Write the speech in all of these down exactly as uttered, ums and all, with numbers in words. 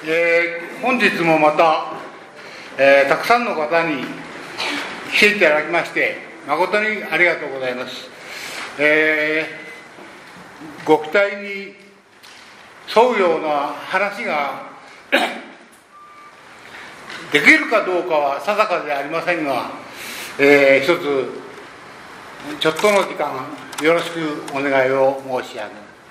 えー、本日もまた、えー、たくさんの方に来ていただきまして誠にありがとうございます。えー、ご期待に沿うような話ができるかどうかは定かではありませんが、えー、一つちょっとの時間よろしくお願いを申し上げます。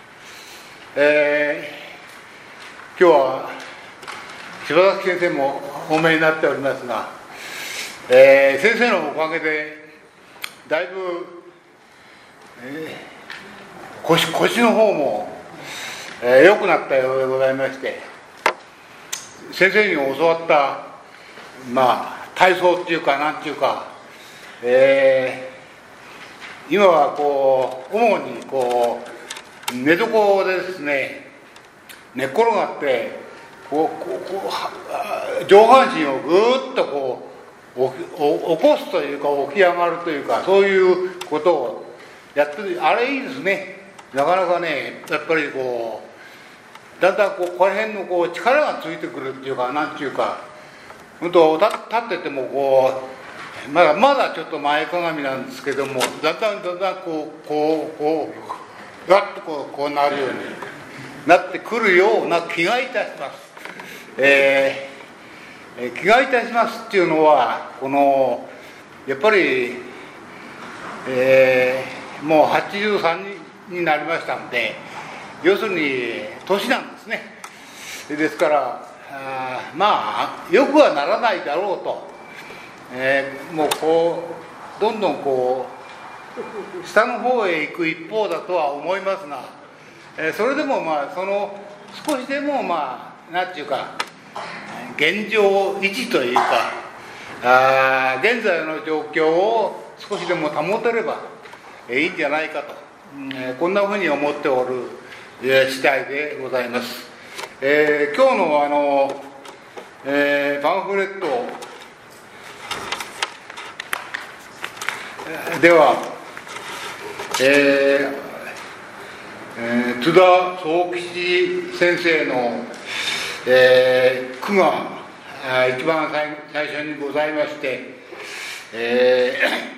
えー、今日は柴崎先生もお見えになっておりますが、えー、先生のおかげでだいぶ、えー、腰, 腰の方も良、えー、くなったようでございまして、先生に教わったまあ体操っていうかなんていうか、えー、今はこう主にこう寝床でですね寝っ転がってこうこうこう上半身をぐーっとこう起こすというか起き上がるというか、そういうことをやってる。あれいいですね。なかなかねやっぱりこうだんだんこうここら辺のこう力がついてくるっていうかなんていうか、本当立っててもこうまだまだちょっと前かがみなんですけども、だんだんだんだんこうこうこうガッとこうこうなるようになってくるような気がいたします。えー、気がいたしますっていうのはこのやっぱり、えー、もうはちじゅうさんになりましたので、要するに年なんですね。ですからあまあよくはならないだろうと、えー、もうこうどんどんこう下の方へ行く一方だとは思いますが、えー、それでもまあその少しでもまあなんていうか現状維持というか、あ現在の状況を少しでも保てればいいんじゃないかと、えー、こんなふうに思っておる、えー、次第でございます。えー、今日のあの、えー、パンフレットでは、えーえー、津田宗吉先生のえー、句が一番最初にございまして、え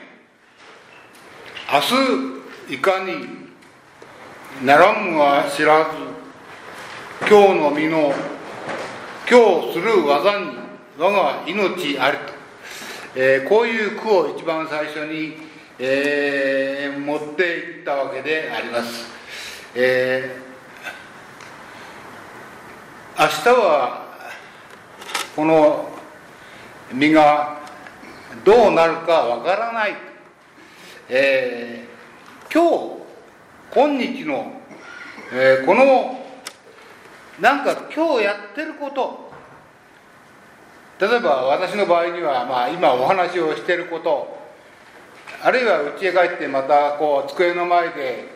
ー、明日いかにならんは知らず今日の身の今日する技に我が命ありと、えー、こういう句を一番最初に、えー、持っていったわけであります。えー明日はこの身がどうなるかわからない、えー、今日今日の、えー、このなんか今日やってること、例えば私の場合には、まあ、今お話をしていること、あるいは家へ帰ってまたこう机の前で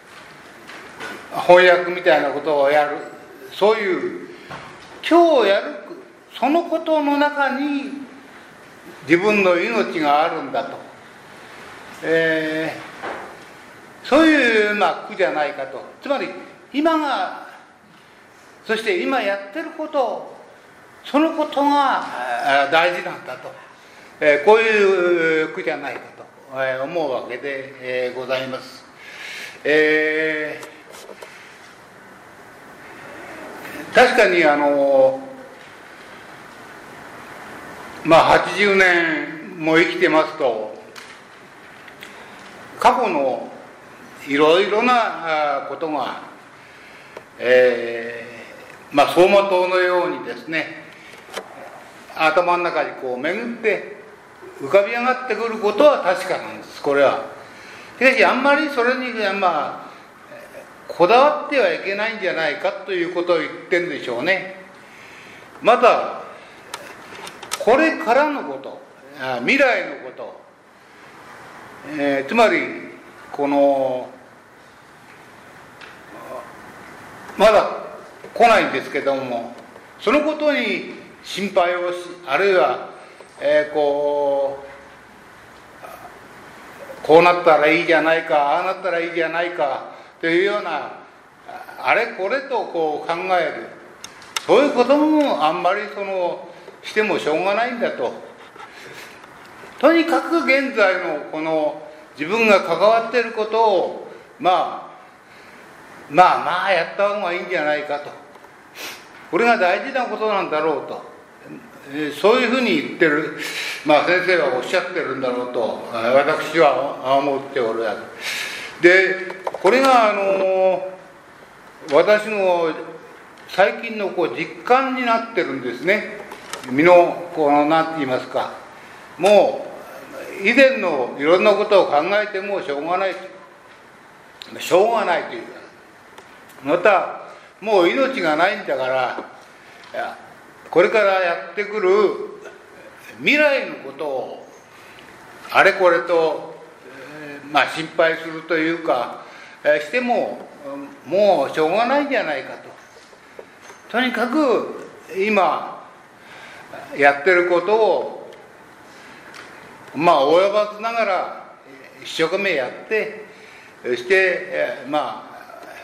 翻訳みたいなことをやる、そういう今日やるそのことの中に自分の命があるんだと、えー、そういう、まあ、句じゃないかと。つまり今がそして今やってることそのことが大事なんだと、えー、こういう句じゃないかと思うわけで、えー、ございます。えー確かにあのまあはちじゅうねんも生きてますと、過去のいろいろなことが、えー、まあ走馬灯のようにですね頭の中にこう巡って浮かび上がってくることは確かなんです。これはしかしあんまりそれにまあこだわってはいけないんじゃないかということを言ってるんでしょうね。またこれからのこと、未来のこと、えー、つまりこのまだ来ないんですけども、そのことに心配をし、あるいは、えー、こうこうなったらいいじゃないか、ああなったらいいじゃないかというようなあれこれとこう考える、 そういうこともあんまりそのしてもしょうがないんだと。とにかく現在のこの自分が関わっていることをまあまあまあやった方がいいんじゃないかと。これが大事なことなんだろうと。そういうふうに言ってる、まあ先生はおっしゃってるんだろうと私は思っておるわけで、これがあの私の最近のこう実感になってるんですね。身のこの何て言いますか、もう以前のいろんなことを考えてもしょうがないしょうがないというか、またもう命がないんだから、これからやってくる未来のことをあれこれと、まあ、心配するというかしてももうしょうがないんじゃないかと。とにかく今やってることをまあ及ばずながら一生懸命やって、そしてまあ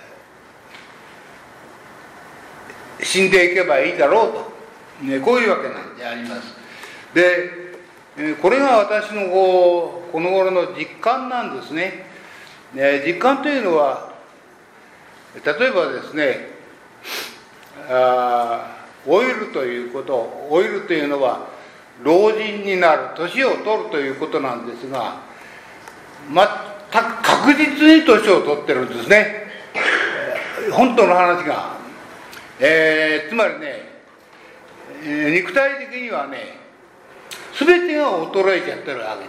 死んでいけばいいだろうと、ね、こういうわけなんであります。でこれが私のこうこの頃の実感なんですね。実感というのは例えばですね、あ老いるということ、老いるというのは老人になる、年を取るということなんですが、全く確実に年を取ってるんですね。本当の話が、えー、つまりね、えー、肉体的にはね、全てが衰えちゃってるわけです。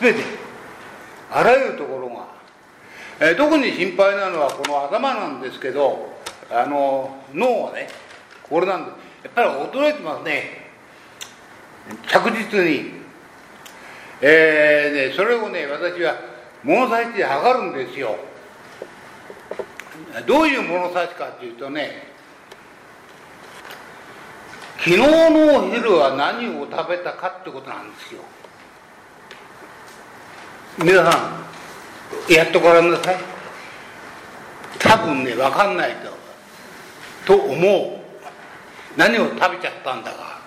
全て、あらゆるところが、えー、特に心配なのはこの頭なんですけど、あの脳はね、これなんでやっぱり衰えてますね、着実に。えーね、それをね、私は物差しで測るんですよ。どういう物差しかというとね、昨日のお昼は何を食べたかってことなんですよ。皆さんやっとごらんなさい。多分ね、分かんないとと思う。何を食べちゃったんだか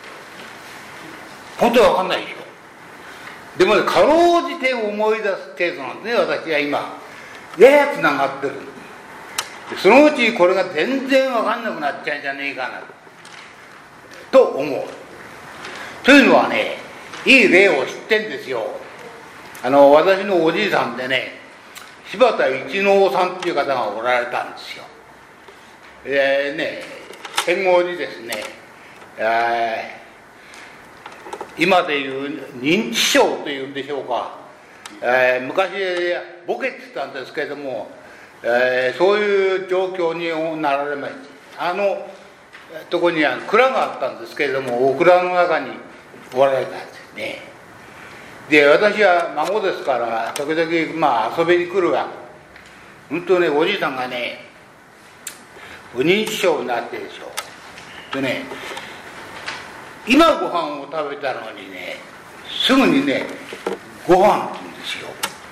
本当は分かんないでしょ。でもね、かろうじて思い出す程度なんですね、私は今ややつながってる。そのうちこれが全然分かんなくなっちゃうんじゃねえかなと思う。というのはね、いい例を知ってんですよ。あの私のおじいさんでね、柴田一能さんっていう方がおられたんですよ。えーね、戦後にですね、えー、今でいう認知症というんでしょうか、えー、昔ボケって言ったんですけれども、えー、そういう状況になられまして、あのとこには蔵があったんですけれども、お蔵の中におられたんですね。で、私は孫ですから時々まあ遊びに来るわけ。本当ね、おじいさんがね、不認知症になってるでしょ。とね、今ご飯を食べたのにね、すぐにね、ご飯って言うんですよ。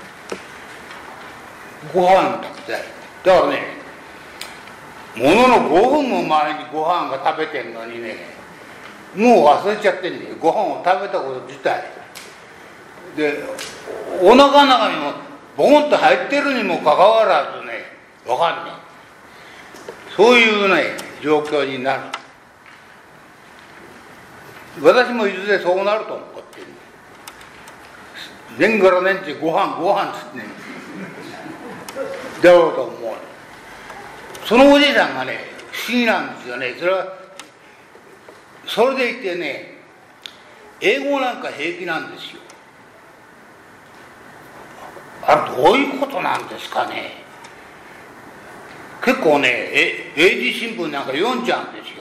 ご飯食べたい。だからね、もののごふんも前にご飯が食べてんのにね、もう忘れちゃってんね、ご飯を食べたこと自体で、お腹の中にもボコンと入ってるにもかかわらずね、分かんない。そういうね、状況になる。私もいずれそうなると思ってる。年がら年中ご飯ご飯っつってね、だろうと思う。そのおじいさんがね、不思議なんですよね。それはそれでいてね、英語なんか平気なんですよ。あれどういうことなんですかね。結構ね、え英字新聞なんか読んじゃうんですよ。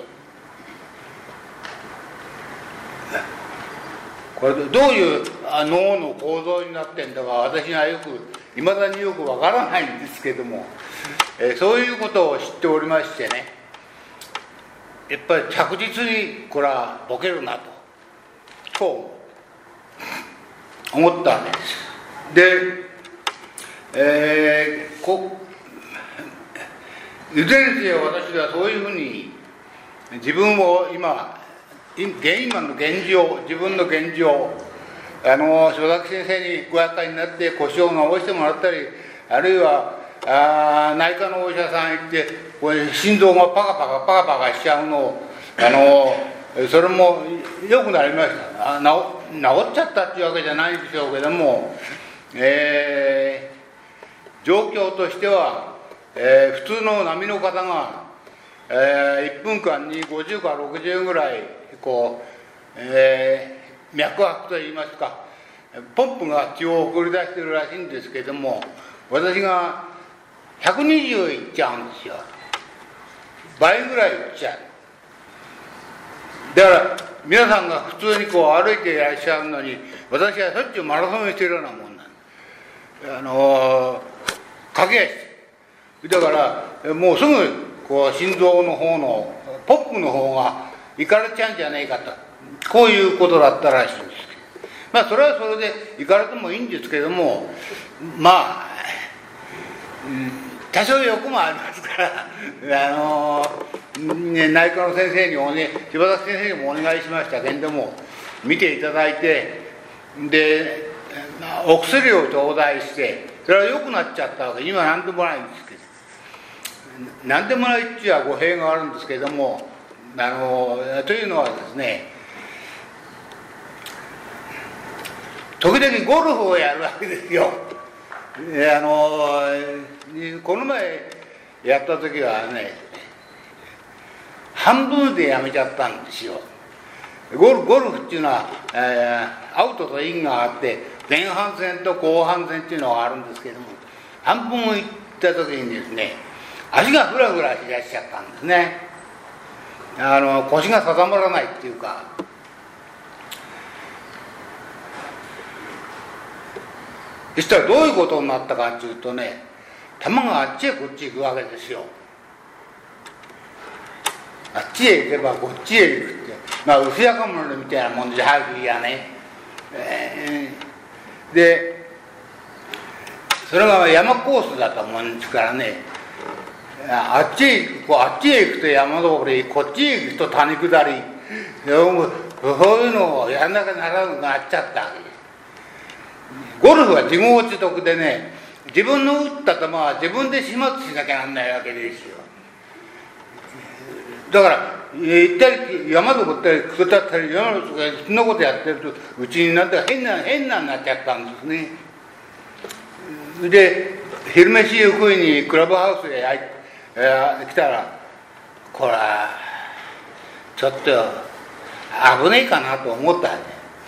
これどういう脳の構造になってんだか私はよくいまだによくわからないんですけども、えー、そういうことを知っておりましてね、やっぱり着実にこれはボケるなとこう思ったわけです。で、えー、こいずれにせよ私はそういうふうに自分を今、今の現状、自分の現状、あの柴崎先生にご厄介になって腰を治してもらったり、あるいはあ内科のお医者さん行って、これ心臓がパカパカパカパカしちゃうのを、あのそれも良くなりました。あ治治っちゃったっていうわけじゃないんでしょうけども、えー、状況としては、えー、普通の波の方が、えー、いっぷんかんにごじゅうからろくじゅうぐらいこう、えー、脈拍といいますか、ポンプが血を送り出しているらしいんですけども、私がひゃくにじゅういっちゃうんですよ。倍ぐらいいっちゃう。だから皆さんが普通にこう歩いていらっしゃるのに、私はしょっちゅうマラソンしているようなもんなんです。あの駆け足してだからもうすぐこう心臓の方のポップの方がいかれちゃうんじゃねえかと、こういうことだったらしいんです。まあそれはそれでいかれてもいいんですけども、まあ、うん、多少欲もありますからあのー、内科の先生におね柴崎先生にもお願いしましたけれども、見ていただいて、でお薬を頂戴して、それは良くなっちゃったわけ、今何でもないんですけど、何でもないっていうのは語弊があるんですけれども、あのというのはですね、時々ゴルフをやるわけですよ。あのこの前やった時はね、半分でやめちゃったんですよ。ゴルゴルフっていうのは、えー、アウトとインがあって、前半戦と後半戦っていうのがあるんですけども、半分行った時にですね、足がフラフラしだしちゃったんですね。あの腰が定まらないっていうか、そしたらどういうことになったかっていうとね、球があっちへこっち行くわけですよ。あっちへ行けばこっちへ行くって、まあ薄やか者みたいなもんで早くいやね、えー、でそれが山コースだったもんですからね、あっちへ行くあっちへ行くと山登り、こっちへ行くと谷下り、そういうのをやんなきゃならなくなっちゃったわけです。ゴルフは自業自得でね、自分の打った球は自分で始末しなきゃなんないわけですよ。だから行ったり山登ったり下ったり山登ったりそんなことやってると、うちになって変な変なになっちゃったんですね。で昼飯を食いにクラブハウスへ入って、えー、来たら、これはちょっと危ねえかなと思ったね。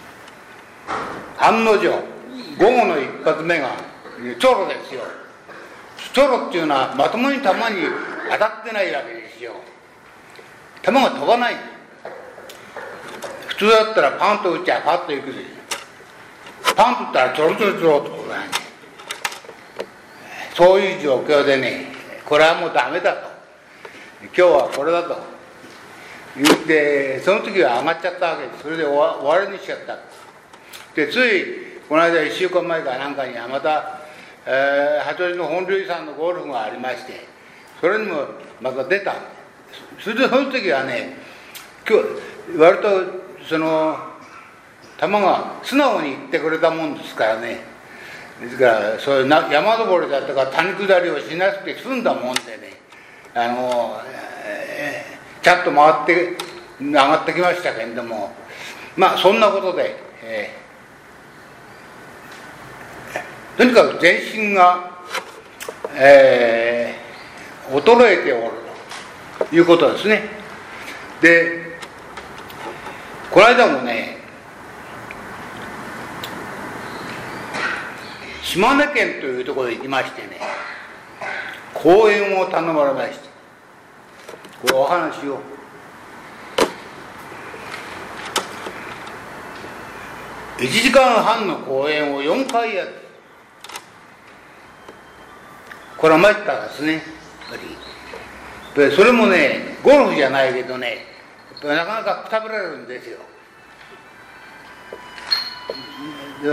案の定午後の一発目がチョロですよ。チョロっていうのはまともに球に当たってないわけですよ。球が飛ばない。普通だったらパンと打っちゃパッといくで、パンと打ったらちょろちょろちょろとこうね、そういう状況でね、これはもうダメだと、今日はこれだと言って、その時は上がっちゃったわけです。それで終わ終わりにしちゃった。でついこの間いっしゅうかんまえかなんかにはまた、えー、八王子の本塁さんのゴルフがありまして、それにもまた出た。それでその時はね、今日割とその球が素直に行ってくれたもんですからね。ですからそういうな山登りだとか谷下りをしなくて済んだもんでね、あの、えー、ちゃんと回って上がってきましたけれども、まあそんなことで、えーとにかく全身が、えー、衰えておるということですね。で、この間もね、島根県というところへ行きましてね、講演を頼まれまして、これお話を。いちじかんはんの講演をよんかいやって、これは参ったんですね。でそれもね、ゴルフじゃないけどね、なかなかくたびれるんですよ。で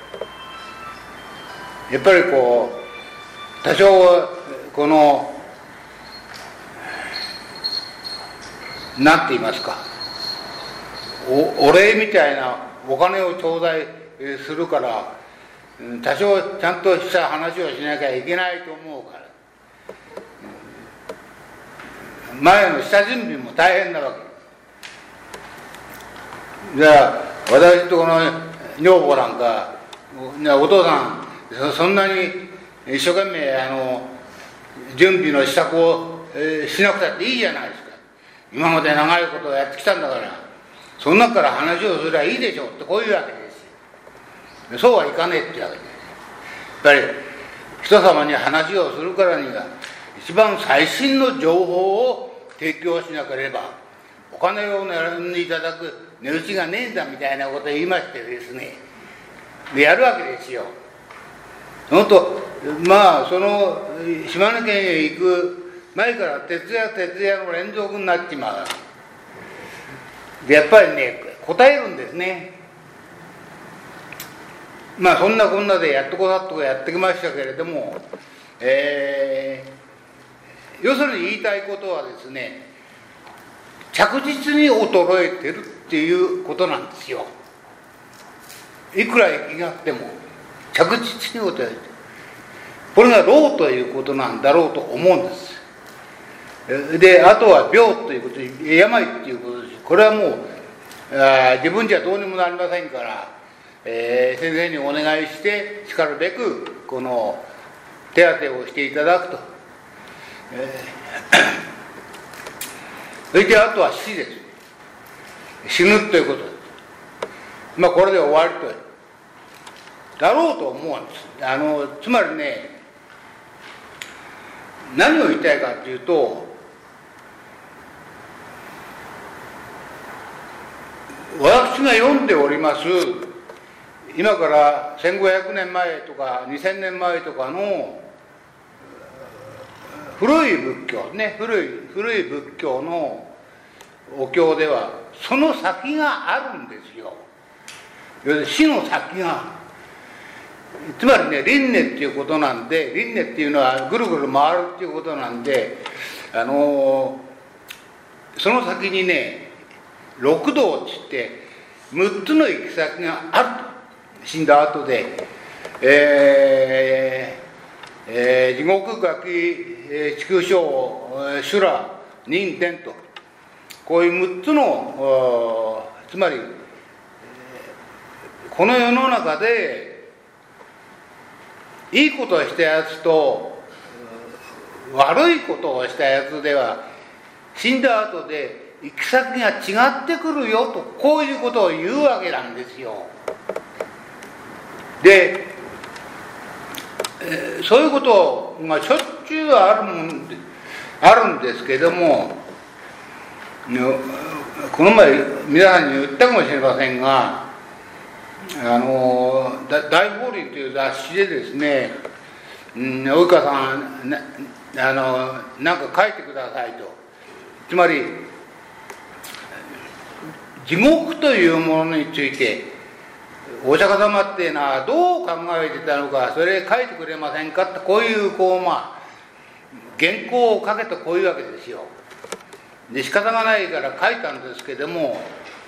やっぱりこう多少このなんて言いますか、お, お礼みたいなお金を頂戴するから多少ちゃんとした話をしなきゃいけないと思うから、前の下準備も大変なわけ。じゃあ私とこの女房なんか、お父さんそんなに一生懸命あの準備の支度を、えー、しなくたっていいじゃないですか。今まで長いことをやってきたんだから、その中から話をすればいいでしょうってこういうわけですよ。そうはいかねえってわけです。やっぱり人様に話をするからには一番最新の情報を提供しなければお金を狙んでいただく値打ちがねえんだみたいなことを言いましてですね、でやるわけですよ。本当まあその島根県へ行く前から徹夜徹夜の連続になっちまう。でやっぱりね答えるんですね。まあそんなこんなでやっとこさっとこやってきましたけれども、えー、要するに言いたいことはですね、着実に衰えてるっていうことなんですよ。いくら生きがっても着実に衰えてる。これが老ということなんだろうと思うんです。であとは病ということ、病っていうことです。これはもうあ自分じゃどうにもなりませんから、えー、先生にお願いしてしかるべくこの手当てをしていただくと、えー、それであとは死です。死ぬということです。まあこれで終わりとだろうと思うんです。あのつまりね、何を言いたいかというと、私が読んでおります今からせんごひゃくねんまえとかにせんねんまえとかの古い仏教ね、古い古い仏教のお経ではその先があるんですよ。要するに死の先が、つまりね輪廻っていうことなんで、輪廻っていうのはぐるぐる回るっていうことなんで、あのー、その先にね六道っつってむっつの行き先があると。死んだ後で、えーえー、地獄餓鬼畜生修羅人天と、こういうむっつの、つまりこの世の中でいいことをしたやつと悪いことをしたやつでは死んだ後で行き先が違ってくるよと、こういうことを言うわけなんですよ。で、えー、そういうことがしょっちゅうあるもんであるんですけども、この前皆さんに言ったかもしれませんが、あの大法輪という雑誌でですね、うん、及川さんなあのなんか書いてくださいと。つまり地獄というものについてお釈迦様っていうのはどう考えてたのか、それ書いてくれませんかって、こういうこうまあ原稿を書けとこういうわけですよ。で仕方がないから書いたんですけども、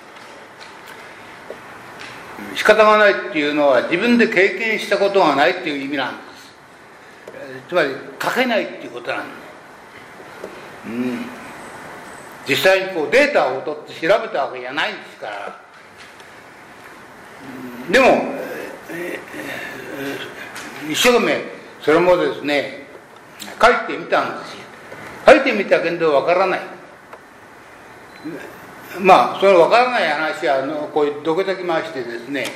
仕方がないっていうのは自分で経験したことがないっていう意味なんです。つまり書けないっていうことなんです。うん、実際にこうデータを取って調べたわけじゃないんですから。でも、えー、一生懸命それもですね書いてみたんですよ。書いてみたけどわからない。まあそのわからない話はあのこうどけときましてですね、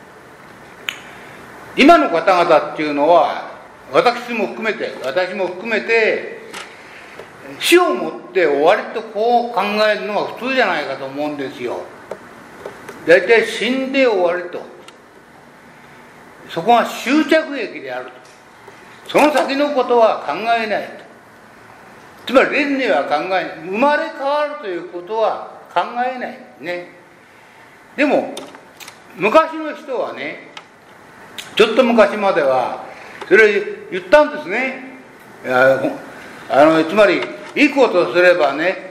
今の方々っていうのは私も含めて私も含めて死をもって終わりとこう考えるのが普通じゃないかと思うんですよ。だいたい死んで終わりと、そこが終着駅であると、その先のことは考えないと。つまり輪廻は考えない、生まれ変わるということは考えないね。でも昔の人はね、ちょっと昔まではそれを言ったんですね。あのつまりいいことをすればね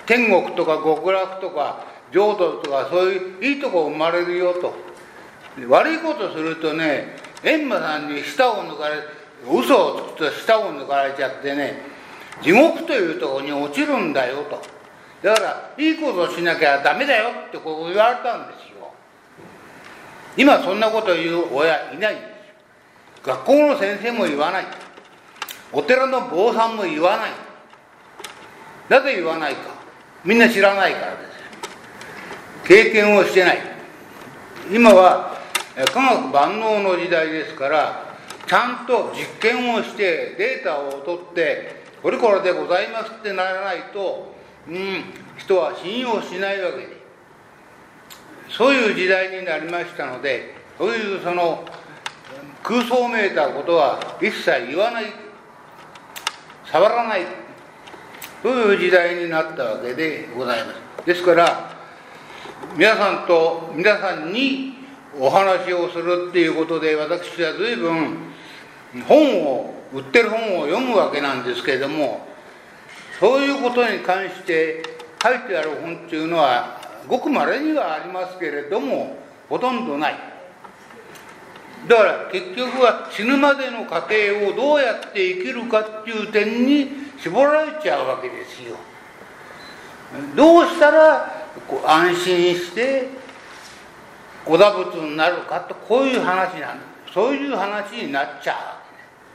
天国とか極楽とか浄土とかそういういいとこ生まれるよと。悪いことするとね、閻魔さんに舌を抜かれ、嘘をつくと舌を抜かれちゃってね、地獄というところに落ちるんだよと。だからいいことをしなきゃダメだよってこう言われたんですよ。今そんなことを言う親いない。学校の先生も言わない。お寺の坊さんも言わない。なぜ言わないか。みんな知らないからです。経験をしてない。今は科学万能の時代ですから、ちゃんと実験をしてデータを取ってこれこれでございますってならないと、うん、人は信用しないわけで、そういう時代になりましたので、そういうその空想めいたことは一切言わない、触らない、そういう時代になったわけでございます。ですから皆さんと皆さんにお話をするっていうことで、私は随分本を売ってる本を読むわけなんですけれども、そういうことに関して書いてある本っていうのはごく稀にはありますけれども、ほとんどない。だから結局は死ぬまでの過程をどうやって生きるかっていう点に絞られちゃうわけですよ。どうしたらこう安心してお打仏になるかと、こういう話なんです。そういう話になっちゃう。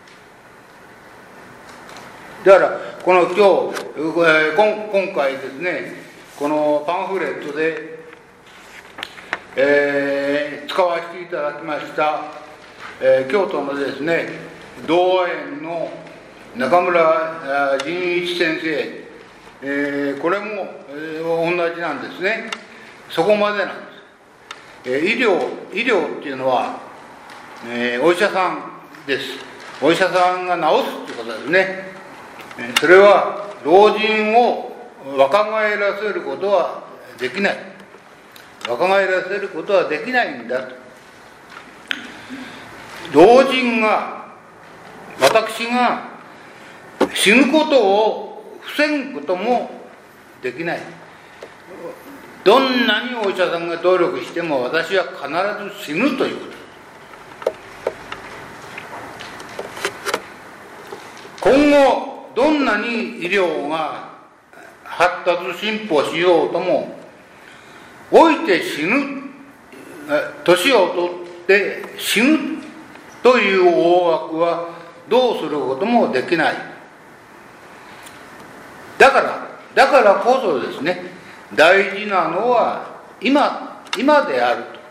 だからこの今日今回ですね、このパンフレットで、えー、使わせていただきました、えー、京都のですね道和園の中村仁一先生、えー、これも、えー、同じなんですね。そこまでなんです。えー、医療医療っていうのは、えー、お医者さんです。お医者さんが治すっていうことですね。それは老人を若返らせることはできない。若返らせることはできないんだと。老人が、私が死ぬことを防ぐこともできない。どんなにお医者さんが努力しても私は必ず死ぬということ。今後どんなに医療が発達進歩しようとも、老いて死ぬ、年を取って死ぬという大枠はどうすることもできない。だからだからこそですね、大事なのは今今であると。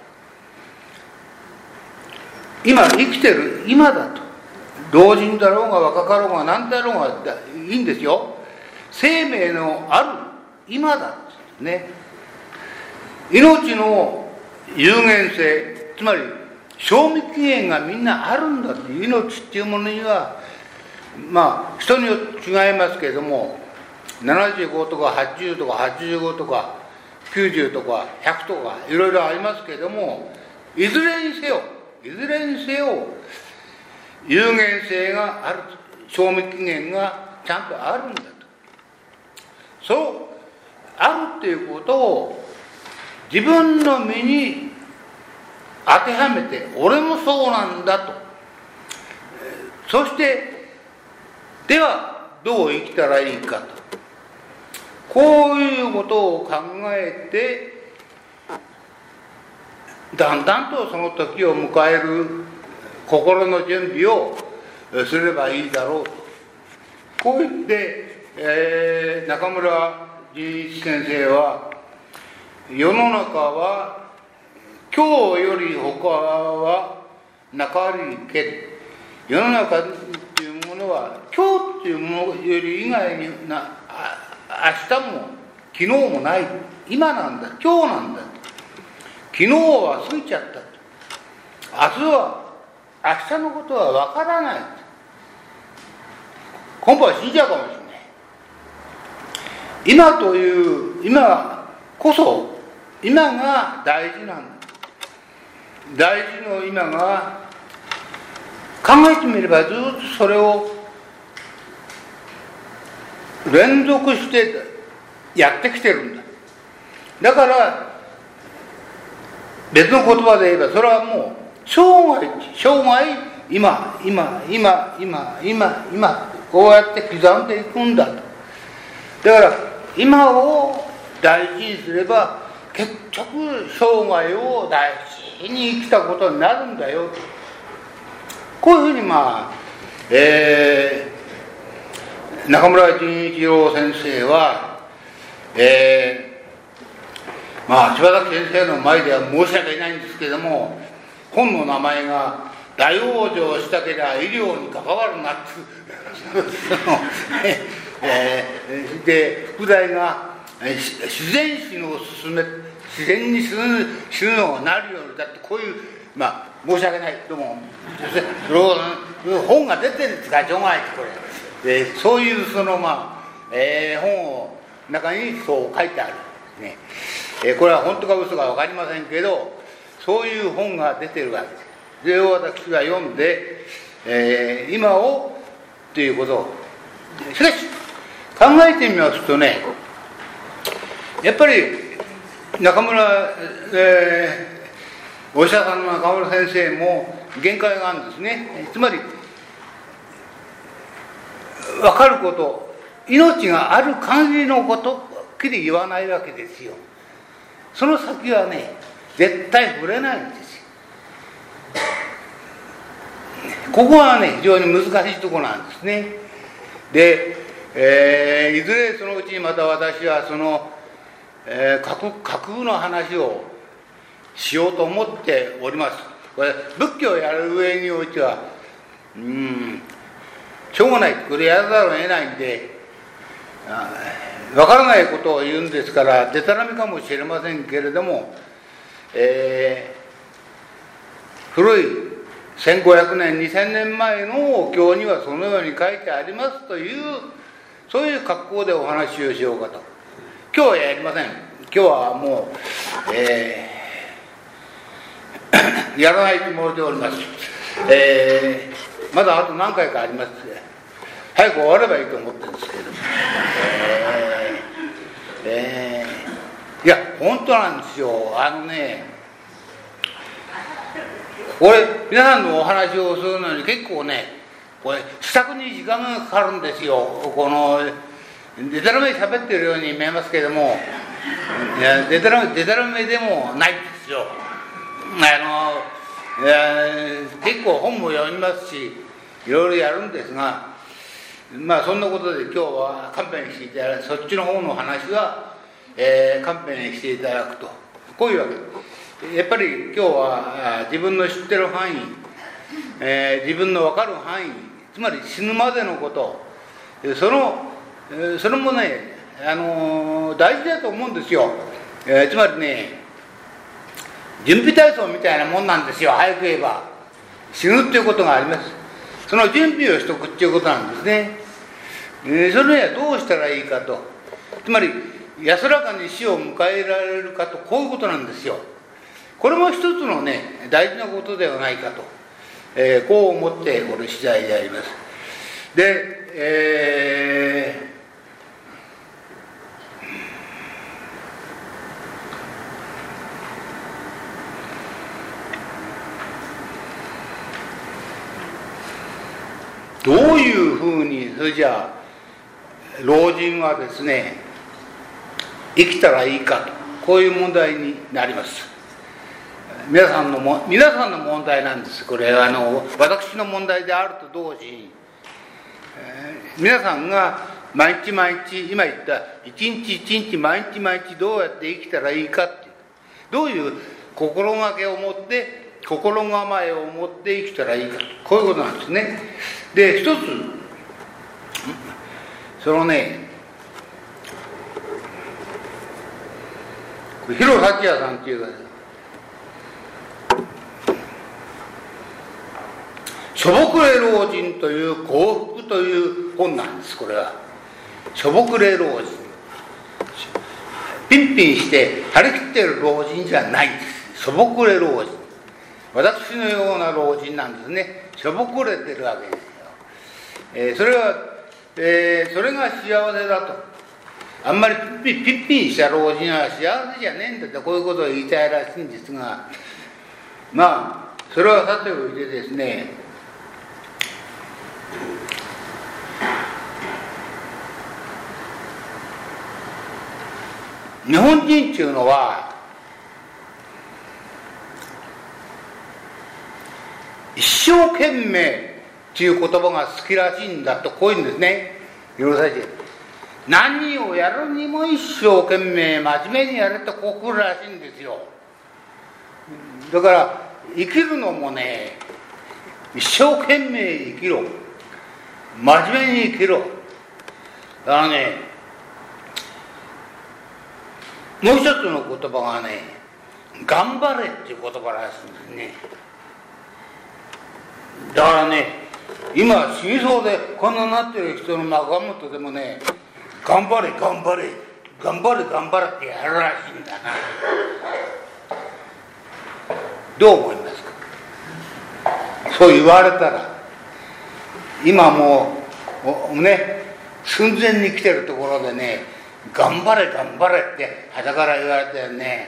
今生きてる今だと。老人だろうが若かろうが何だろうがいいんですよ。生命のある今だですね。命の有限性、つまり賞味期限がみんなあるんだっていう。命っていうものにはまあ人によって違いますけれども、ななじゅうごとかはちじゅうとかはちじゅうごとかきゅうじゅうとかひゃくとかいろいろありますけれども、いずれにせよいずれにせよ有限性がある、賞味期限がちゃんとあるんだと。そうあるっていうことを自分の身に当てはめて、俺もそうなんだと。そしてではどう生きたらいいかと、こういうことを考えて、だんだんとその時を迎える心の準備をすればいいだろうと、こう言って、えー、中村仁一先生は、世の中は今日より他はなかりけ、世の中っていうものは今日っていうものより以外にな明日も昨日もない、今なんだ、今日なんだ。昨日は過ぎちゃったと。明日は明日のことはわからない。今晩死んじゃうかもしれない。今という今こそ、今が大事なんだ。大事の今が、考えてみればずっとそれを連続してやってきてるんだ。だから別の言葉で言えばそれはもう生涯生涯今今今今今今こうやって刻んでいくんだと。だから今を大事にすれば結局生涯を大事に生きたことになるんだよと。こういうふうにまあ、えー、中村純一郎先生は、えー、まあ柴崎先生の前では申し訳ないんですけども、本の名前が大往生したけりゃ医療に関わるなってえー、で副題が自然死の進め自然に死ぬ死ぬのがなるようにだって、こういうまあ申し訳ないけども本が出てるんですか、しょうがないこれ、でそういうそのまあ、えー、本を中にそう書いてあるんですね。えー、これは本当か嘘か分かりませんけど、そういう本が出てるわけです。それを私は読んで、えー、今をということを、しかし考えてみますとね、やっぱり中村、えー、お医者さんの中村先生も限界があるんですね。つまり分かること、命がある限りのこときり言わないわけですよ。その先はね絶対触れないんですよ。ここはね非常に難しいところなんですね。で、えー、いずれそのうちにまた私はその、えー、架空、架空の話をしようと思っております。これ仏教をやる上においてはうーんしょうがない、これやらざるを得ないんで、分からないことを言うんですからでたらめかもしれませんけれども、えー、古いせんごひゃくねんにせんねんまえのお経にはそのように書いてありますという、そういう格好でお話をしようかと。今日はやりません。今日はもう、えー、やらないつもりでおります。えー、まだあと何回かあります。早く終わればいいと思ってるんですけれども、えーえー、いや本当なんですよ。あのね、これ皆さんのお話をするのに結構ね、これ試作に時間がかかるんですよ。このでたらめ喋ってるように見えますけれども、いやでたらめでたらめでもないんですよ。あのいや結構本も読みますしいろいろやるんですが、まあそんなことで今日は勘弁していただく、そっちの方の話は、えー、勘弁していただくと、こういうわけです。やっぱり今日は自分の知ってる範囲、えー、自分の分かる範囲、つまり死ぬまでのこと、そのそれもね、あのー、大事だと思うんですよ。えー、つまりね、準備体操みたいなもんなんですよ。早く言えば死ぬっていうことがあります。その準備をしとくっていうことなんですね。えー、それにはどうしたらいいかと、つまり安らかに死を迎えられるかと、こういうことなんですよ。これも一つのね大事なことではないかと、えー、こう思ってこれ次第であります。で、えー、どういうふうにそれじゃあ老人はですね生きたらいいかと、こういう問題になります。皆さんのも皆さんの問題なんです。これはあの私の問題であると同時に、えー、皆さんが毎日毎日今言った一日一日毎日毎日どうやって生きたらいいかっていう、どういう心がけを持って心構えを持って生きたらいいかと、こういうことなんですね。で一つそのね、広幸也さんっていうかしょぼくれ老人という幸福という本なんです。これはしょぼくれ老人、ピンピンして張り切ってる老人じゃないんです。しょぼくれ老人、私のような老人なんですね。しょぼくれてるわけですよ。えー、それは、えー、それが幸せだと、 あんまりピッピッピンした老人は幸せじゃねえんだってこういうことを言いたいらしいんですが、まあそれはさておいてですね、日本人っていうのは一生懸命っていう言葉が好きらしいんだとこういうんですね。許されて何をやるにも一生懸命真面目にやれとこう来るらしいんですよ。だから生きるのもね、一生懸命生きろ、真面目に生きろ。だからね、もう一つの言葉がね、頑張れっていう言葉らしいんですね。だからね、今死にそうでこんななってる人の仲間とでもね、頑張れ頑張れ頑張れ頑張れってやるらしいんだな。どう思いますか？そう言われたら、今もうね寸前に来てるところでね、頑張れ頑張れって傍から言われてね、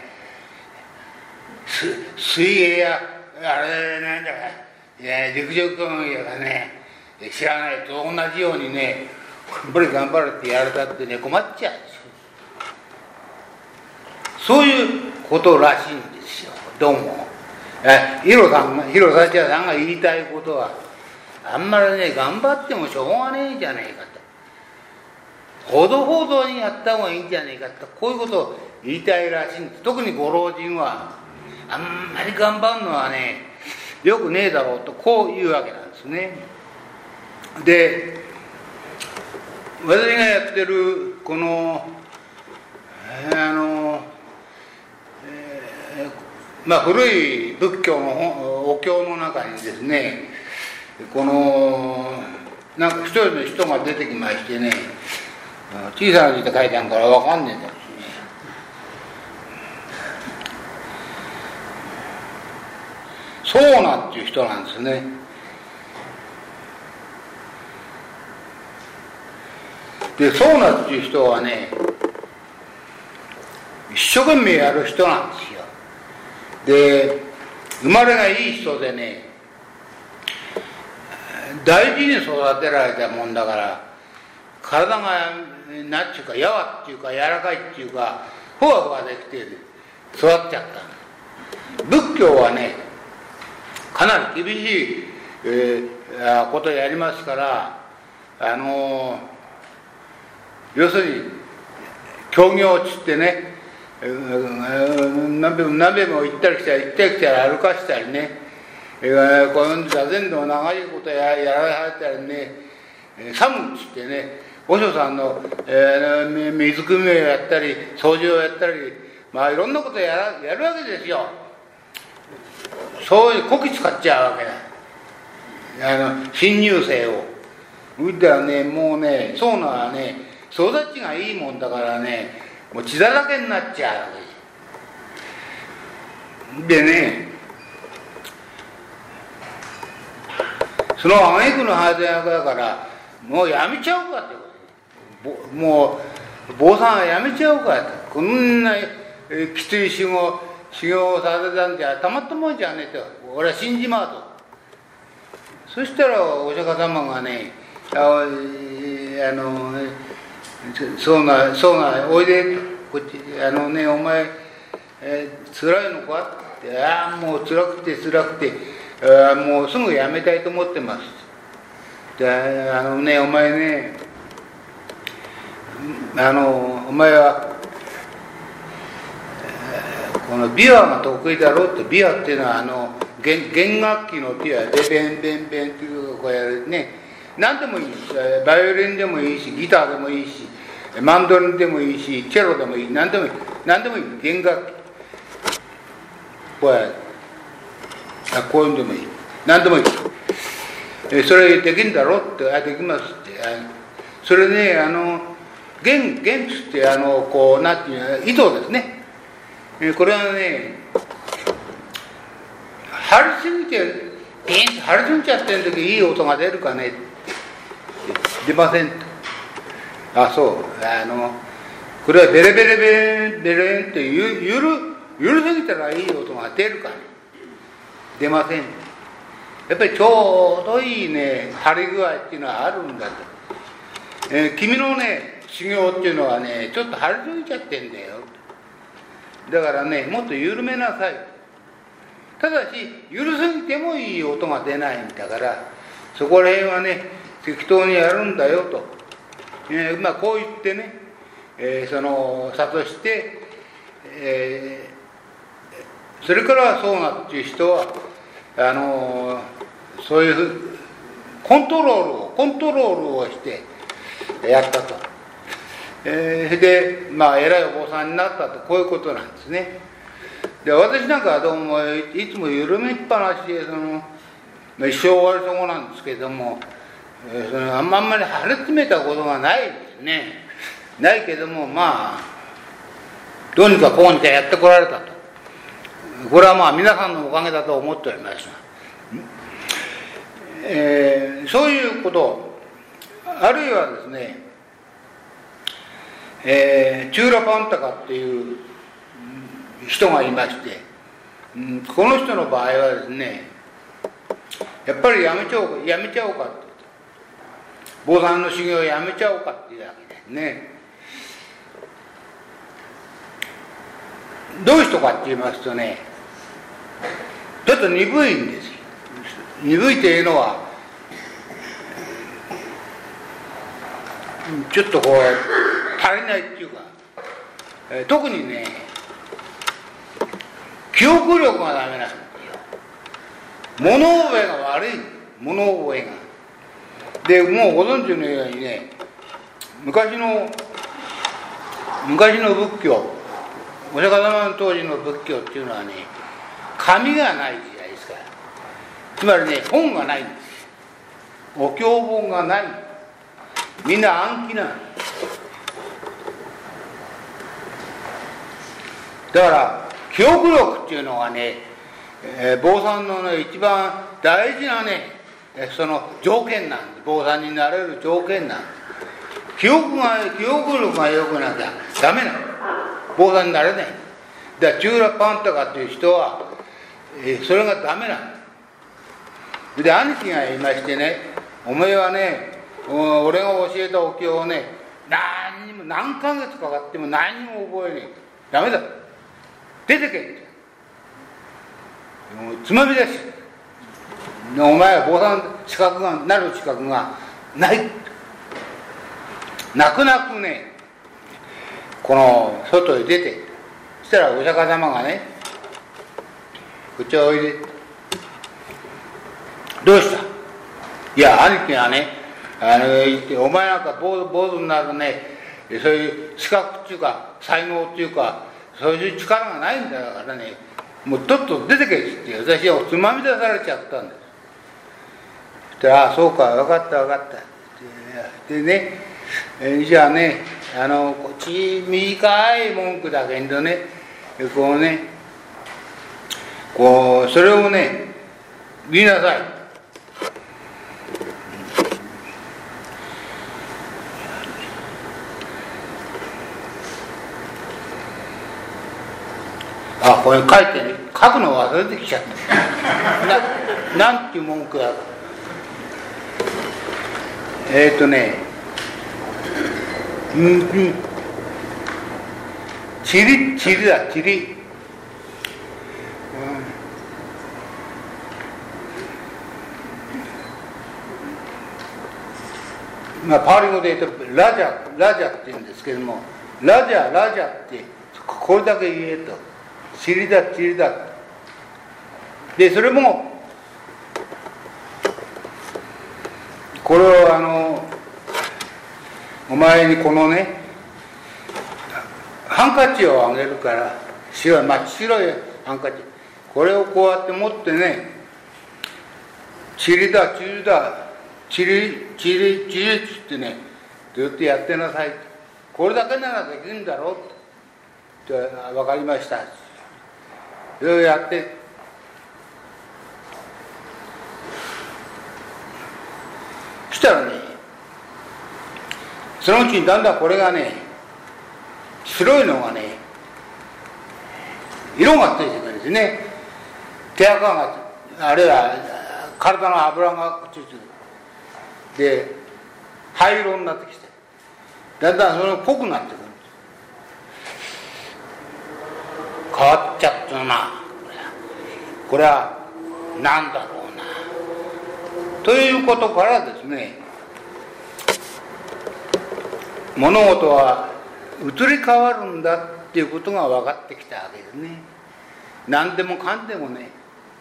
水泳やあれなんだかいや陸上競技がね知らないと同じようにね、頑張れ頑張れってやられたってね困っちゃうんですよ。そういうことらしいんですよ。どうもヒロさんがヒロサチアさんが言いたいことは、あんまりね頑張ってもしょうがねえじゃねえかと、ほどほどにやった方がいいんじゃねえかと、こういうことを言いたいらしいんです。特にご老人はあんまり頑張るのはねよくねえだろうとこういうわけなんですね。で、私がやってるこのあの、えー、まあ古い仏教のお経の中にですね、このなんか一人の人が出てきましてね、小さな字で書いてあるから分かんねえんだですね。そうなっていう人なんですね。で、そうなっていう人はね、一生懸命やる人なんですよ。で、生まれがいい人でね、大事に育てられたもんだから、体がなんていうかやわっていうか柔らかいっていうかふわふわできて育っちゃった。仏教はねかなり厳しい、えー、ことをやりますから、あのー、要するに教行っつってね、何べも何べも行ったり来たり行ったり来たり歩かしたりね、えー、この座禅の長いことややられたりね、サムっつってね、和尚さんの、えー、水汲みをやったり掃除をやったり、まあいろんなことをやらやるわけですよ。そういうこき使っちゃうわけだ。あの新入生をそしたらね、もうね、そうならね育ちがいいもんだからね、もう血だらけになっちゃうわけでね、その挙句の果てだからもうやめちゃうかってこと、もう坊さんはやめちゃうかって、こんなきつい修行修行をさせたんじゃたまったもんじゃねえと、俺は死んじまうと。そしたらお釈迦様がね、あ, あのそうなそうなおいでこっち、あのねお前、えー、辛いのかって、ああもう辛くて辛くて、あもうすぐやめたいと思ってます。で、あのねお前ね、あのお前はこの琵琶が得意だろうって、琵琶っていうのはあの 弦, 弦楽器の琵琶でベンベンベンっていうこうやるね、何でもいいです。バイオリンでもいいし、ギターでもいいし、マンドリンでもいいし、チェロでもいい、何でもいい、何でもいい、弦楽器こうやる、こういうんでもいい、何でもいい、えそれできんだろって、あできますって、あそれね、あの弦弦つってあのこうなんていうの糸ですね、これはね張りすぎてピンと張りすぎちゃってる時いい音が出るかね、出ませんと。あそうあのこれはベレベレベレベレンってゆゆるゆるすぎたらいい音が出るかね、出ません。やっぱりちょうどいいね張り具合っていうのはあるんだと、えー、君のね修行っていうのはねちょっと張りすぎちゃってんだよ、だからねもっと緩めなさい。ただし緩すぎてもいい音が出ないんだから、そこら辺はね適当にやるんだよと、えー、まあこう言ってね、えー、その諭して、えー、それからそうなっていう人はあのー、そういうコントロールをコントロールをしてやったと、えー、でまあ偉いお坊さんになったと、こういうことなんですね。で私なんかはどうもいつも緩めっぱなしでその一生終わりそうなんですけども、えー、そのあんまあんまり張り詰めたことがないですね。ないけどもまあどうにかこうにかやってこられたと、これはまあ皆さんのおかげだと思っておりますが、えー、そういうこと、あるいはですね、えー、チューラパンタカっていう人がいまして、うん、この人の場合はですね、やっぱりやめちゃおうかやめちゃおうかって、坊さんの修行をやめちゃおうかっていうわけですね。どういう人かって言いますとね、ちょっと鈍いんですよ。鈍いというのはちょっとこう足りないっていうか、えー、特にね記憶力がダメなんですよ。物覚えが悪い、物覚えが。でもうご存知のようにね、昔の昔の仏教、お釈迦様の当時の仏教っていうのはね、紙がない時代ですから、つまりね本がないんです。お経本がない、みんな暗記なんです。だから記憶力っていうのがね、えー、坊さんの、ね、一番大事なねその条件なんです。坊さんになれる条件なんです。記憶が記憶力が良くなきゃダメなの、坊さんになれない。だからチューラパンタカっていう人は、えー、それがダメなので、兄貴が言いましてね、お前はね俺が教えたお経をね何にも何ヶ月かかっても何にも覚えねえ、ダメだ、出てけって、もうつまみ出し、お前は坊さん資格がなる資格がない、泣く泣くねこの外へ出て、そしたらお釈迦様がね、こっちおいで、どうした、いや兄貴がねあの言って、お前なんか坊主になるねそういう資格っていうか才能っていうかそういう力がないんだからね、もうとっと出てけって私はつまみ出されちゃったんです。そしたら、ああそうか、分かった分かったってでね、えじゃあねあのち短い文句だけどね、こうねこうそれをね言いなさい。あ、これ書いてね、書くの忘れてきちゃったな、なんていう文句だ。えっ、ー、とねうんうんチリチリだチリ、うん、まあパーリ語で言うとラジャラジャって言うんですけども、ラジャラジャってこれだけ言えと、チリだチリだで、それもこれをあのお前にこのねハンカチをあげるから、白い真っ白いハンカチ、これをこうやって持ってね、チリだチリだチリチリチリってねずっとやってなさい、これだけならできるんだろうって、分かりました、それをやって、そしたらねそのうちにだんだんこれがね白いのがね、色がついてくるんですね。手垢が、あるいは体の油がついてくる。で、灰色になってきて、だんだんそれが濃くなってくるんです。変わっちゃったな。これは何だろうな。ということからですね、物事は移り変わるんだっていうことが分かってきたわけですね。何でもかんでもね、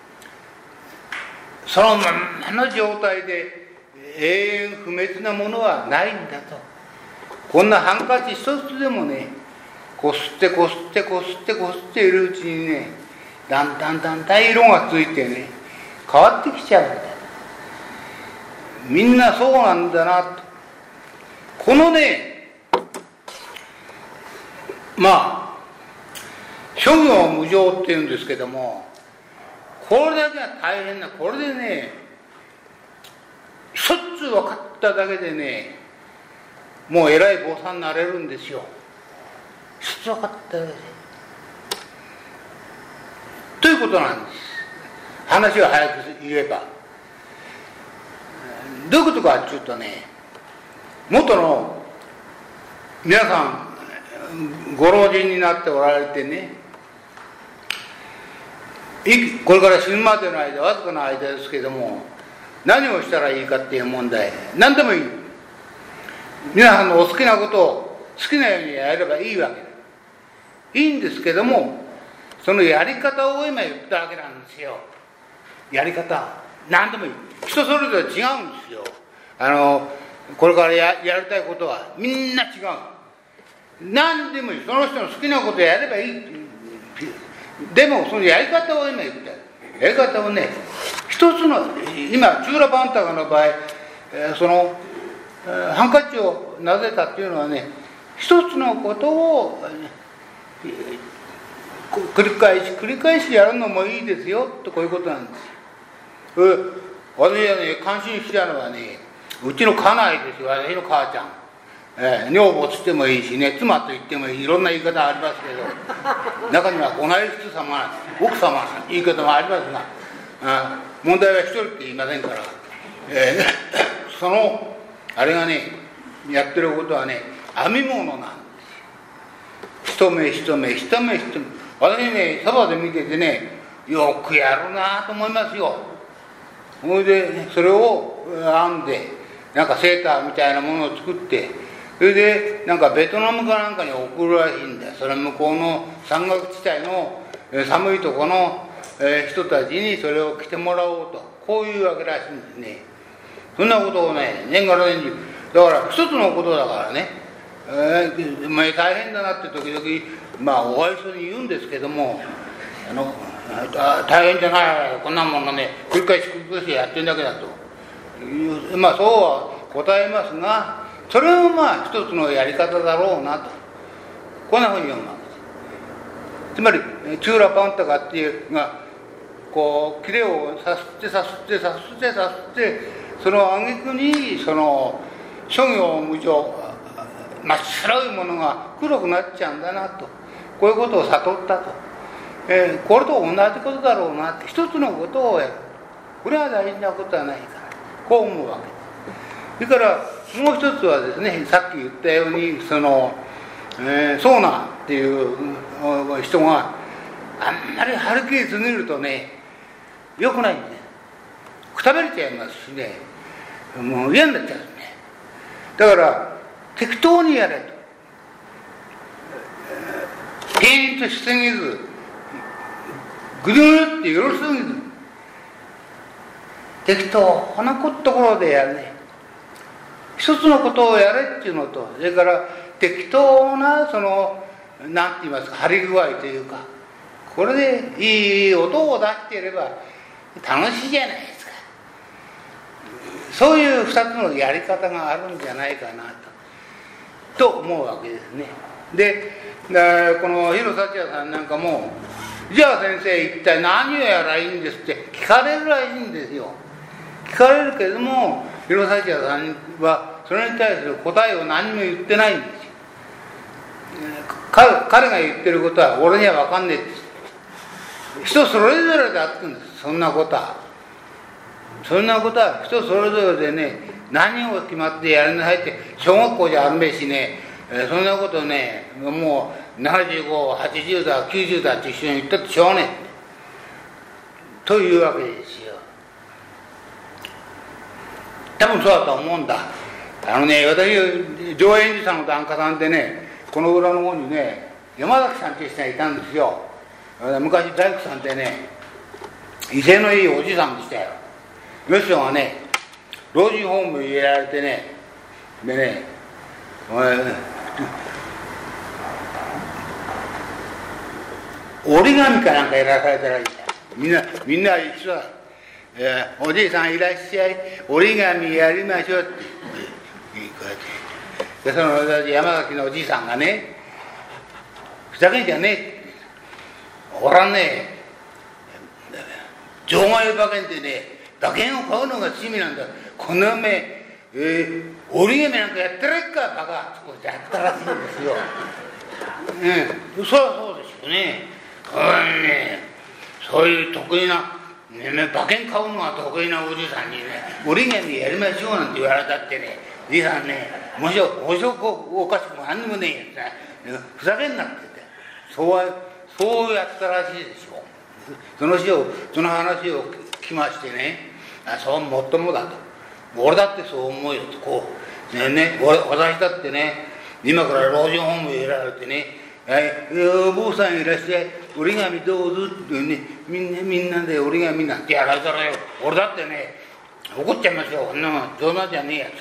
そのまんまの状態で永遠不滅なものはないんだと。こんなハンカチ一つでもね、こすってこすってこすってこすっているうちにね、だんだんだんだん色がついてね、変わってきちゃうんだ。みんなそうなんだなと。このね、まあ諸行無常っていうんですけども、これだけは大変な、これでね、一つ分かっただけでね、もう偉い坊さんになれるんですよ。一つ分かっただけで。ということなんです。話を早く言えば。どういうことかっていうとね、元の皆さん、ご老人になっておられてね、これから死ぬまでの間、わずかな間ですけども、何をしたらいいかっていう問題、何でもいい。皆さんのお好きなことを好きなようにやればいいわけ。いいんですけども、そのやり方を今言ったわけなんですよ。やり方。何でもいい。人それぞれ違うんですよ。あの、これから や, やりたいことはみんな違う。何でもいい。その人の好きなことをやればいい。でもそのやり方を今言った。やり方をね、一つの、今チューラパンタカの場合、そのハンカチをなぜたっていうのはね、一つのことを繰り返し繰り返しやるのもいいですよと、こういうことなんですよ。私はね、感心したのはね、うちの家内ですよ。私の母ちゃん、えー、女房つってもいいしね、妻と言ってもいい、いろんな言い方ありますけど、中にはお内室様、奥様言い方もありますが、あ問題は一人って言いませんから、えー、そのあれがね、やってることはね、編み物なんですよ。一目一目一目一目。私ね、そばで見ててね、よくやるなと思いますよ。それでそれを編んで、なんかセーターみたいなものを作って、それでなんかベトナムかなんかに送るらしいんだよ。それ向こうの山岳地帯の寒いところの人たちにそれを着てもらおうと、こういうわけらしいんですね。そんなことをね、年がら年中、だから一つのことだからね、えー、まあ、大変だなって時々、まあお愛想に言うんですけども、あのあ大変じゃない、こんなものね、繰り返し繰り返しやってるだけだという、まあそうは答えますが、それもまあ一つのやり方だろうなと、こんなふうに読むわけです。つまりチューラパンタカっていうのがこう切れをさすってさすってさすってさすって、その挙句にその諸行無常、真っ白いものが黒くなっちゃうんだなと、こういうことを悟ったと、えー、これと同じことだろうなって、一つのことをやる、これは大事なことはないから、こう思うわけ。それからもう一つはですね、さっき言ったようにその、えー、ソーナっていう人があんまりはるきり過ぎるとね、良くないんで、くたびれちゃいますしね、もう嫌になっちゃうんですね。だから適当にやれと、ピーンとしすぎず、ぐるぐるってよろしすぎず、適当なところでやるね。一つのことをやれっていうのと、それから適当なその何て言いますか、張り具合というか、これでいい音を出していれば楽しいじゃないですか。そういう二つのやり方があるんじゃないかなとと思うわけですね。で、この広幸也さんなんかも、じゃあ先生一体何をやらいいんですって聞かれるらしいんですよ。聞かれるけれども、広幸也さんはそれに対する答えを何も言ってないんですよ。 彼彼が言ってることは俺には分かんねえって。人それぞれであってんです。そんなことはそんなことは人それぞれでね、何を決まってやりなさいって、小学校じゃあるめしね、えー、そんなことね、もうななじゅうご、はちじゅうだきゅうじゅうだって一緒に言ったってしょうがねえというわけですよ。多分そうだと思うんだ。あのね、私上演寺さんの檀家さんでね、この裏の方にね、山崎さんっていう人がいたんですよ。昔大工さんってね、威勢のいいおじさんでしたよ。その人がね、老人ホームに入れられてね、でね、折り紙かなんかやらされたらいいんだ。みんなみんな一緒だ、えー、おじいさんいらっしゃい、折り紙やりましょうって言って、でその山崎のおじいさんがね、ふざけんじゃねえ、俺はね、場外馬券でね、馬券を買うのが趣味なんだ。この目、えー、折り紙なんかやってられっかバカってやったらしいんですよ。うん、そりゃそうですよね。うんね、そういう得意な、ね、馬券買うのが得意なおじさんにね、折り紙やりましょうなんて言われたってね、じいさんね、もしおしょくおかしくも何にもねえやつ、ふざけんなって言って、そうそうやったらしいでしょ。その人その話を聞きましてね、あ、そうもっともだと、俺だってそう思うよと、こうねえね、私だってね、今から老人ホームへ入れられてね、はい、お坊さんいらっしゃい、折り紙どうぞってね、みんなみんなで折り紙なんてやられたらよ、俺だってね、怒っちゃいますよ、こんなの冗談じゃねえやつって、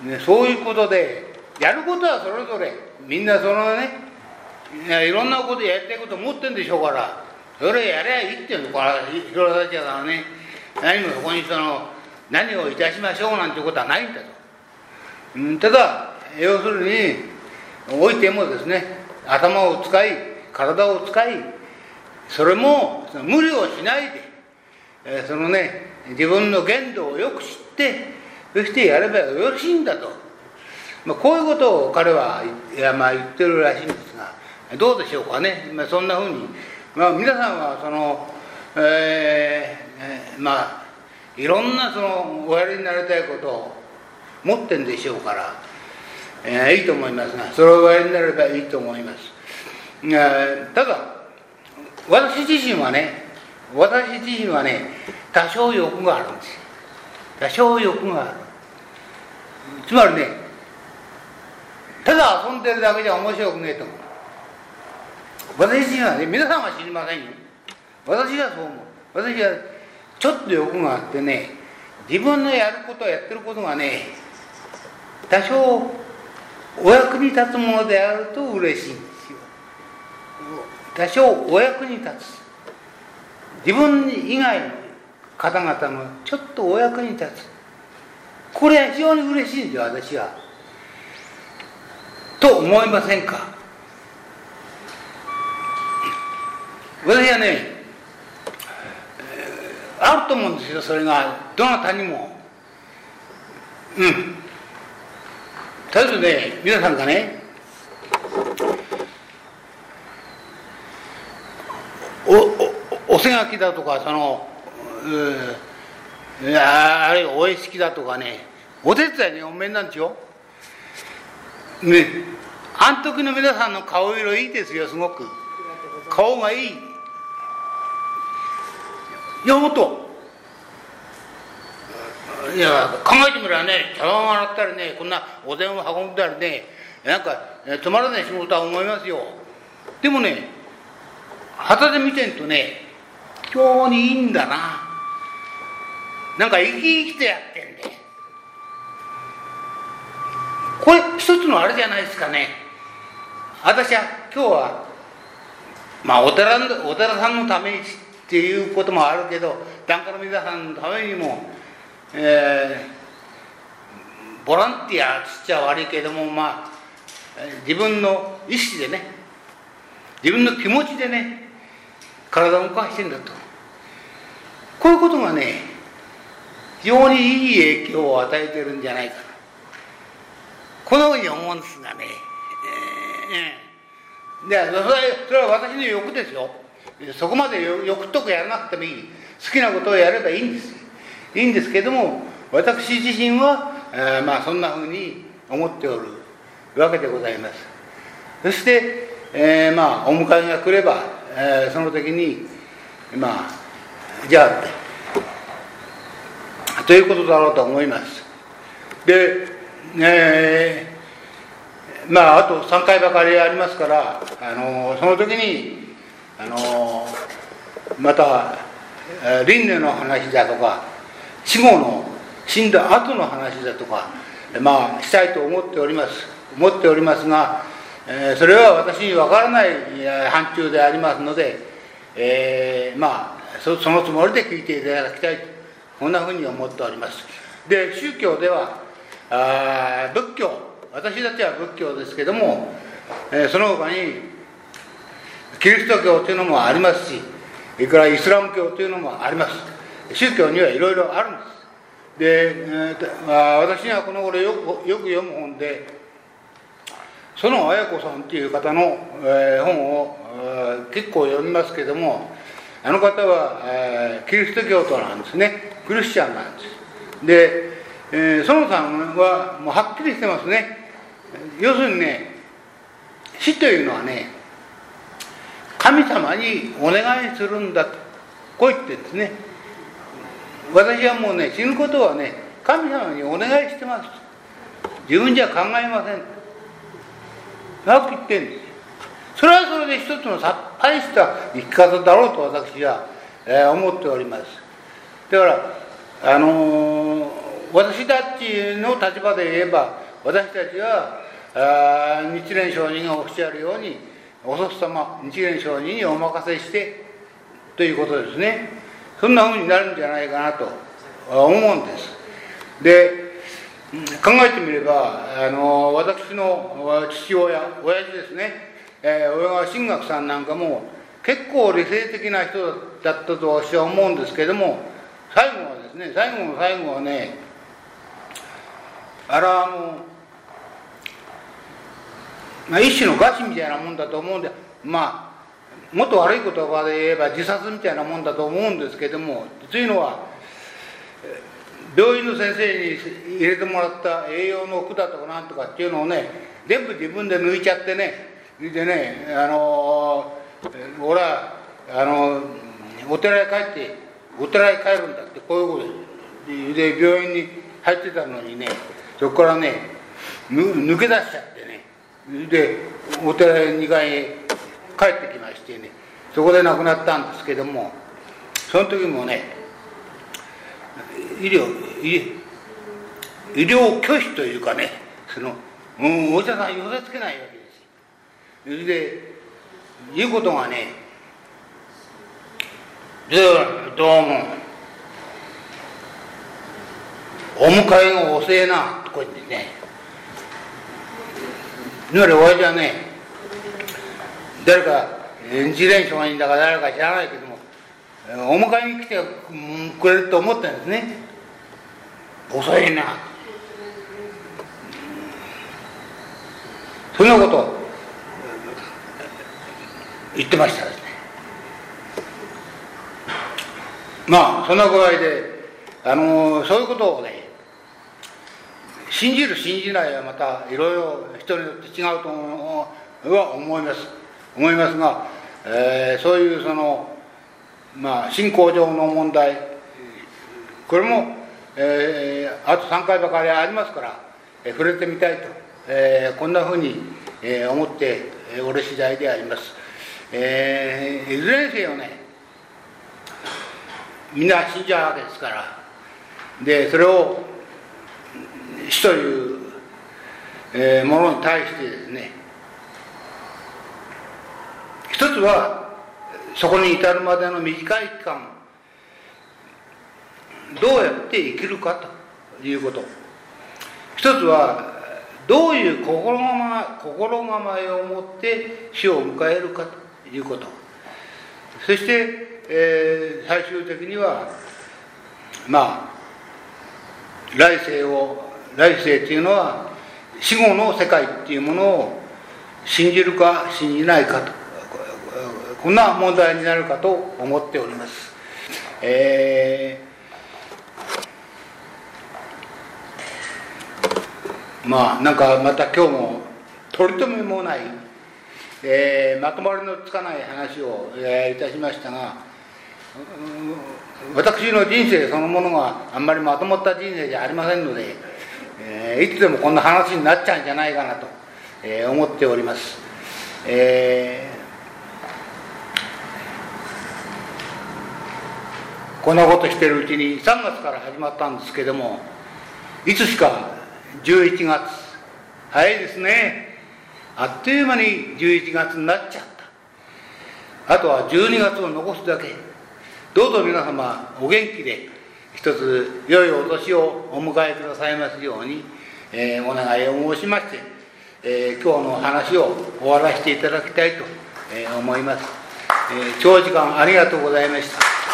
ね、そういうことで、やることはそれぞれ、みんなそのね、いやいろんなことやりたいこと持ってんでしょうから、それやりゃいいっていうの、これは広田ちゃからね、何もそこにその、何をいたしましょうなんてことはないんだと。うん、ただ、要するに、おいてもですね、頭を使い体を使い、それもその無理をしないで、えー、そのね、自分の限度をよく知って、そしてやればよろしいんだと、まあ、こういうことを彼はいや、まあ、言ってるらしいんですが、どうでしょうかね。まあ、そんなふうに、まあ、皆さんはその、えー、まあいろんなそのおやりになりたいことを持ってんでしょうから、えー、いいと思いますが、それをおやりになればいいと思います。えー、ただ私自身はね私自身はね多少欲があるんですよ。多少欲がある。つまりね、ただ遊んでるだけじゃ面白くねえと思う。私自身はね、皆さんは知りませんよ。私がそう思う。私はちょっと欲があってね、自分のやることやってることがね、多少お役に立つものであると嬉しいんですよ。多少お役に立つ、自分以外の方々のちょっとお役に立つ、これは非常に嬉しいんですよ、私は。と思いませんか。私はね、あると思うんですよ、それがどなたにも。うん。とりあえずね、皆さんがね、おおおせがきだとか、その、うん、あるいはお絵式だとかね、お手伝いにお面なんですよ。ね、あの時の皆さんの顔色いいですよ、すごく。顔がいい。いや、もっと。いや、考えてみればね、茶碗を洗ったりね、こんなお膳を運んだりね、なんかつまらない仕事は思いますよ。でもね、旗で見てんとね、非常にいいんだな。なんか生き生きてやってんで。これ一つのあれじゃないですかね。私は今日は、まあお寺の、お寺さんのためにっていうこともあるけど、檀家の皆さんのためにも、えー、ボランティアつっちゃ悪いけども、まあ自分の意思でね、自分の気持ちでね、体を動かしてんだと。こういうことがね、非常にいい影響を与えてるんじゃないかな、このように思うんですがね、えーえでそれそれは私の欲ですよ。そこまで欲とかやらなくてもいい。好きなことをやればいいんです。いいんですけども、私自身は、えー、まあそんなふうに思っておるわけでございます。そして、えー、まあお迎えが来れば、えー、その時にまあじゃあということだろうと思います。で、えー、まああとさんかいばかりありますから、あのその時にあのまた輪廻の話だとか死後の死んだ後の話だとか、まあしたいと思っております思っておりますが、えー、それは私にわからない範疇でありますので、えー、まあ そ, そのつもりで聞いていただきたいと、こんなふうに思っております。で、宗教ではあ仏教、私たちは仏教ですけども、えー、その他にキリスト教というのもありますし、それからイスラム教というのもあります。宗教にはいろいろあるんです。で、えー、私にはこの頃よくよく読む本で、園綾子さんという方の、えー、本を、えー、結構読みますけども、あの方は、えー、キリスト教徒なんですね。クリスチャンなんです。で、えー、園さんはもうはっきりしてますね。要するにね、死というのはね、神様にお願いするんだと、こう言ってるんですね。私はもうね、死ぬことはね、神様にお願いしてます。自分じゃ考えません。なく言ってるんです。それはそれで一つのさっぱりした生き方だろうと私は、えー、思っております。だから、あのー、私たちの立場で言えば、私たちはあ日蓮上人がおっしゃるように、お祖父様、日蓮上人にお任せしてということですね。そんなふうになるんじゃないかなと思うんです。で、考えてみれば、あの私の父親、親父ですね、えー、親川真学さんなんかも結構理性的な人だったと私は思うんですけども、最後はですね、最後の最後はね、あれはあの、まあ、一種の餓死みたいなもんだと思うんで、まあもっと悪い言葉で言えば自殺みたいなもんだと思うんですけども、というのは病院の先生に入れてもらった栄養の管とかなんとかっていうのをね、全部自分で抜いちゃってね、でね、あの俺はあのお寺へ帰ってお寺へ帰るんだって、こういうことで病院に入ってたのにね、そこからね抜け出しちゃってね、でお寺へにかいへ帰ってきましてね、そこで亡くなったんですけども、その時もね、医療医療拒否というかね、その、うん、お医者さん寄せつけないわけです。それで言うことがね、どうもお迎えが遅えなとこう言ってね、つまり親父はね、誰か日蓮上人だか誰か知らないけども、お迎えに来てくれると思ったんですね。遅いな、そんなことを言ってましたですね。まあそんな具合で、あのそういうことをね、信じる信じないはまたいろいろ人によって違うとは思います思いますが、えー、そういうそのまあ信仰上の問題、これも、えー、あとさんかいばかりありますから、えー、触れてみたいと、えー、こんなふうに、えー、思っておる次第であります。えー、いずれにせよね、みんな死んじゃうわけですから、でそれを死という、えー、ものに対してですね、一つはそこに至るまでの短い期間どうやって生きるかということ、一つはどういう心構え、心構えを持って死を迎えるかということ、そして、えー、最終的にはまあ来世を来世というのは死後の世界っていうものを信じるか信じないかと、こんな問題になるかと思っております。えー、まあなんかまた今日も取り留めもない、えー、まとまりのつかない話を、えー、いたしましたが、私の人生そのものがあんまりまとまった人生じゃありませんので、えー、いつでもこんな話になっちゃうんじゃないかなと、えー、思っております。えー、こんなことしてるうちにさんがつから始まったんですけども、いつしかじゅういちがつ、早いですね。あっという間にじゅういちがつになっちゃった。あとはじゅうにがつを残すだけ。どうぞ皆様お元気で一つ良いお年をお迎えくださいますように、えー、お願いを申しまして、えー、今日の話を終わらせていただきたいと思います。えー、長時間ありがとうございました。